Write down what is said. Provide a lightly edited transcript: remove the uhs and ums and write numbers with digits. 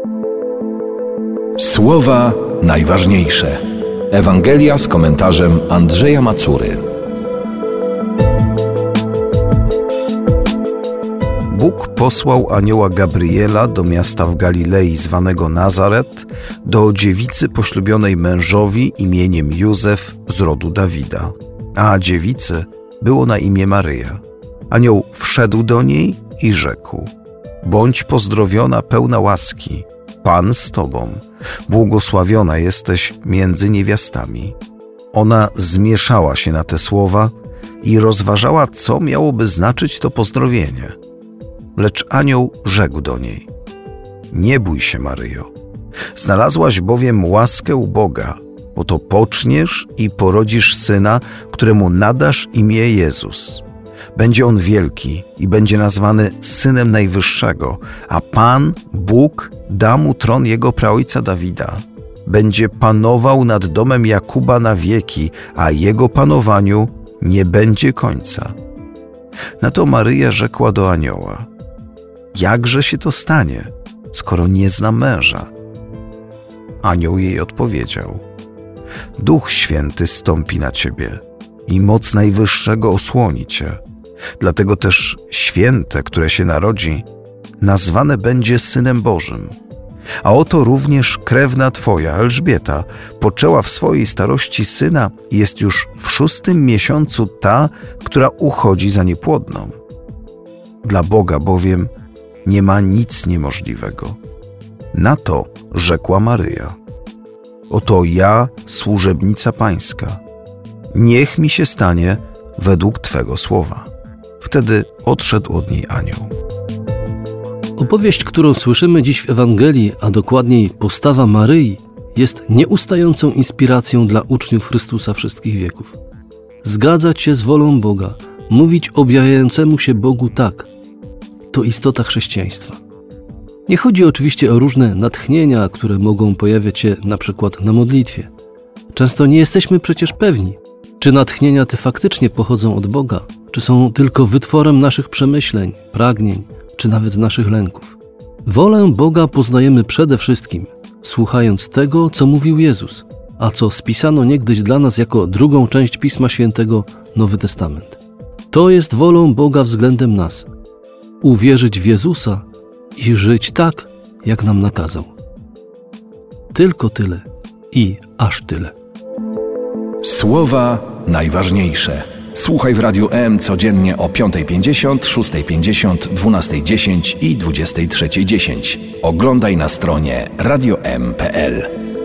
Słowa najważniejsze. Ewangelia z komentarzem Andrzeja Macury. Bóg posłał anioła Gabriela do miasta w Galilei zwanego Nazaret, do dziewicy poślubionej mężowi imieniem Józef z rodu Dawida, a dziewicy było na imię Maryja. Anioł wszedł do niej i rzekł: bądź pozdrowiona, pełna łaski, Pan z tobą, błogosławiona jesteś między niewiastami. Ona zmieszała się na te słowa i rozważała, co miałoby znaczyć to pozdrowienie. Lecz anioł rzekł do niej: nie bój się, Maryjo, znalazłaś bowiem łaskę u Boga, oto poczniesz i porodzisz syna, któremu nadasz imię Jezus. Będzie on wielki i będzie nazwany Synem Najwyższego, a Pan, Bóg, da mu tron jego praojca Dawida. Będzie panował nad domem Jakuba na wieki, a jego panowaniu nie będzie końca. Na to Maryja rzekła do anioła: jakże się to stanie, skoro nie znam męża? Anioł jej odpowiedział: Duch Święty zstąpi na ciebie i moc Najwyższego osłoni cię. Dlatego też święte, które się narodzi, nazwane będzie Synem Bożym. A oto również krewna twoja, Elżbieta, poczęła w swojej starości syna i jest już w 6. miesiącu ta, która uchodzi za niepłodną. Dla Boga bowiem nie ma nic niemożliwego. Na to rzekła Maryja: oto ja, służebnica Pańska. Niech mi się stanie według Twego słowa. Wtedy odszedł od niej anioł. Opowieść, którą słyszymy dziś w Ewangelii, a dokładniej postawa Maryi, jest nieustającą inspiracją dla uczniów Chrystusa wszystkich wieków. Zgadzać się z wolą Boga, mówić objawiającemu się Bogu tak, to istota chrześcijaństwa. Nie chodzi oczywiście o różne natchnienia, które mogą pojawiać się na przykład na modlitwie. Często nie jesteśmy przecież pewni, czy natchnienia te faktycznie pochodzą od Boga, czy są tylko wytworem naszych przemyśleń, pragnień, czy nawet naszych lęków. Wolę Boga poznajemy przede wszystkim, słuchając tego, co mówił Jezus, a co spisano niegdyś dla nas jako drugą część Pisma Świętego, Nowy Testament. To jest wolą Boga względem nas. Uwierzyć w Jezusa i żyć tak, jak nam nakazał. Tylko tyle i aż tyle. Słowa najważniejsze. Słuchaj w Radiu M codziennie o 5:50, 6:50, 12:10 i 23:10. Oglądaj na stronie radiom.pl.